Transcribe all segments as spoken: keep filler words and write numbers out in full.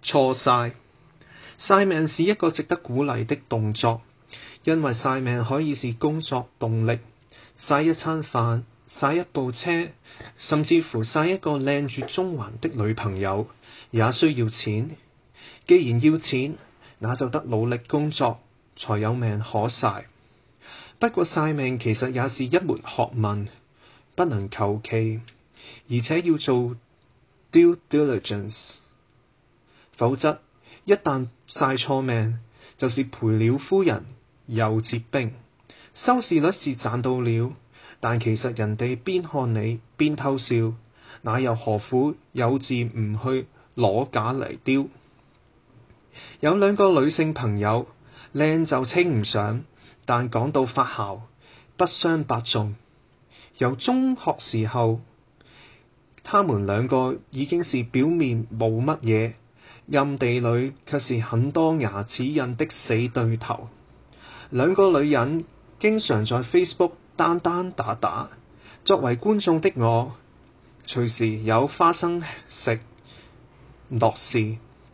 錯晒。晒命是一個值得鼓勵的動作，因為晒命可以是工作動力，晒一餐飯，晒一部車，甚至乎晒一個靚住中環的女朋友，也需要錢。既然要錢，那就得努力工作，才有命可晒。不過晒命其實也是一門學問，不能求其，而且要做 due diligence， 否則一旦晒錯命，就是賠了夫人又折兵。收視率是賺到了，但其實人哋邊看你邊偷笑，那又何苦有志唔去攞假嚟丟？有兩個女性朋友，靚就稱唔上，但講到發姣，不相伯仲。由中學時候，他們兩個已經是表面冇乜嘢，暗地裏卻是很多牙齒印的死對頭。兩個女人經常在 Facebook 單單打打，作為觀眾的我，隨時有花生食樂事。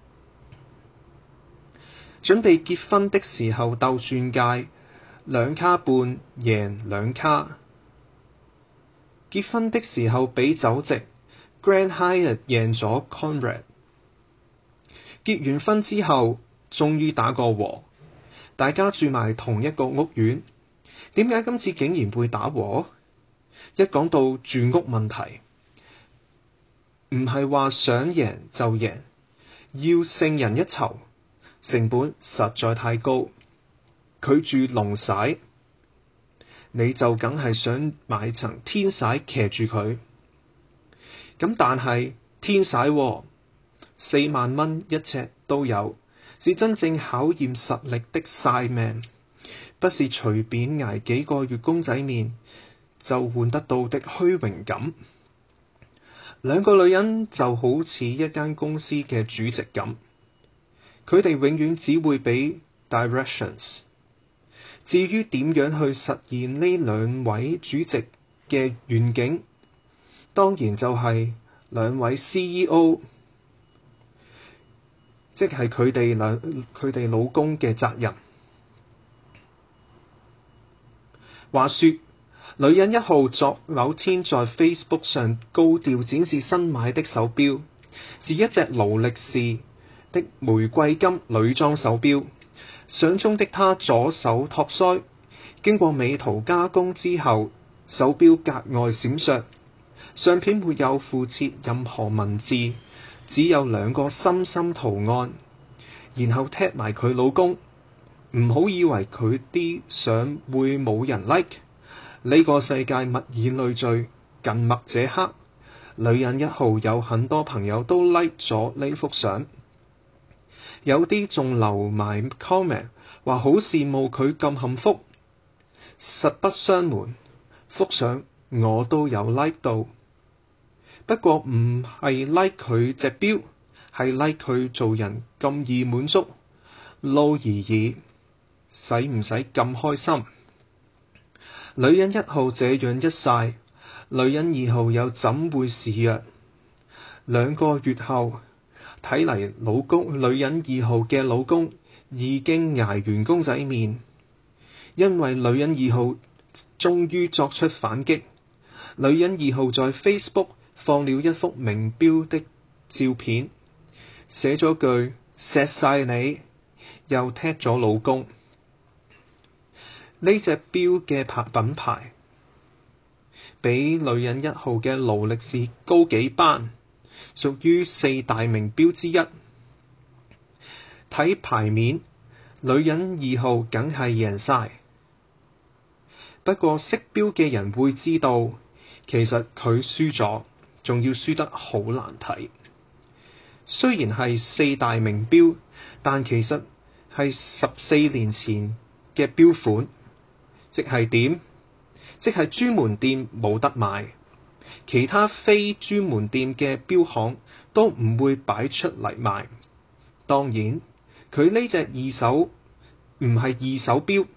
準備結婚的時候鬥鑽戒，兩卡半贏兩卡。結婚的時候比酒席 Grand Hyatt 贏咗 Conrad。結完婚之後終於打個和，大家住埋同一個屋苑，點解今次竟然會打和？一講到住屋問題，唔係話想贏就贏，要勝人一籌，成本實在太高。佢住龍璽，你就梗係想買層天璽騎住佢。咁但係天璽喎，四萬蚊一尺都有，是真正考驗實力的晒命，不是隨便捱幾個月公仔麵就換得到的虛榮感。兩個女人就好似一間公司嘅主席咁，佢哋永遠只會俾 directions。至於點樣去實現呢兩位主席嘅願景，當然就係兩位 C E O， 即係佢哋兩佢哋老公嘅責任。話說，女人一號昨某天在 Facebook 上高調展示新買的手錶，是一隻勞力士的玫瑰金女裝手錶。相中的她左手托腮，經過美圖加工之後，手錶格外閃爍。相片沒有附設任何文字，只有兩個心心圖案，然後踢埋佢老公。唔好以為佢啲相會冇人 like， 呢個世界物以類聚，近墨者黑。女人一號有很多朋友都 like 咗呢幅相，有啲仲留埋 comment 話好羨慕佢咁幸福。實不相瞞，幅相我都有 like 到，不過唔係 like 佢隻錶，係 like 佢做人咁易滿足，撈而已，使唔使咁開心？女人一號這樣一曬，女人二號又怎會示弱？兩個月後，睇嚟老公女人二號嘅老公已經捱完公仔麵，因為女人二號終於作出反擊。女人二號在 Facebook 放了一幅名錶的照片，寫咗句錫晒你，又踢咗老公。呢隻錶嘅品牌比女人一號嘅勞力士高幾班，屬於四大名錶之一。睇牌面，女人二號梗係贏晒。不過識錶嘅人會知道，其實佢輸咗，仲要輸得好難睇。雖然係四大名錶，但其實係十四年前嘅錶款，即係點？即係專門店冇得賣，其他非專門店嘅錶行都唔會擺出嚟賣。當然，佢呢隻二手唔係二手錶，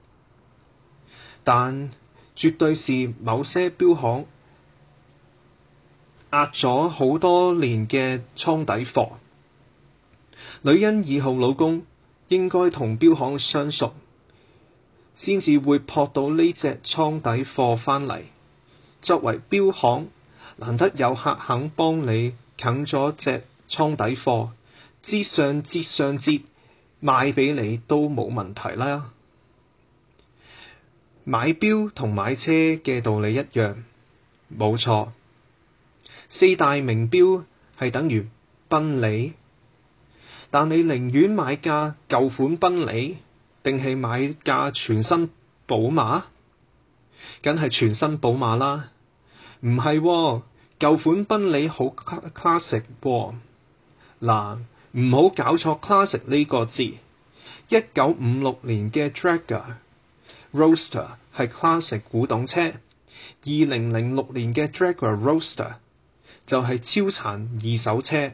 但絕對是某些錶行壓咗好多年嘅倉底貨。 女人二號老公應該同錶行相熟，先至會撲到呢隻倉底貨返嚟。作為錶行，難得有客肯幫你啃咗隻倉底貨，折上折上折賣俾你都冇問題啦。買錶同買車嘅道理一樣，冇錯。四大名錶係等於賓利，但你寧願買架舊款賓利，定係買架全新寶馬？梗係全新寶馬啦。唔係喎，舊款賓利好 classic 喎。嗱，唔好搞錯 classic 呢個字。一九五六年嘅 Jaguar Roadster 係 classic 古董車，二零零六年嘅 Jaguar Roadster 就係超殘二手車。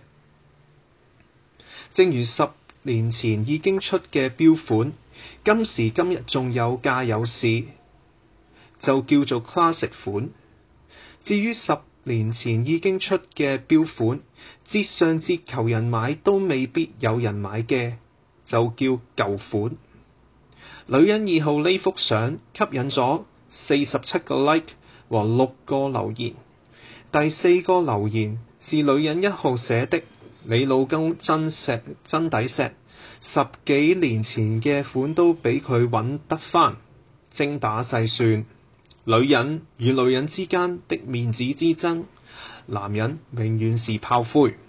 正如十年前已經出嘅錶款，今時今日仲有價有市，就叫做 classic 款。至於十年前已經出嘅錶款，折上折求人買都未必有人買嘅，就叫舊款。女人二號呢幅相吸引咗四十七個 like 和六個留言。第四個留言是女人一號寫的：你老公真石真抵錫，十幾年前嘅款都俾佢揾得返。精打細算，女人與女人之間的面子之爭，男人永遠是炮灰。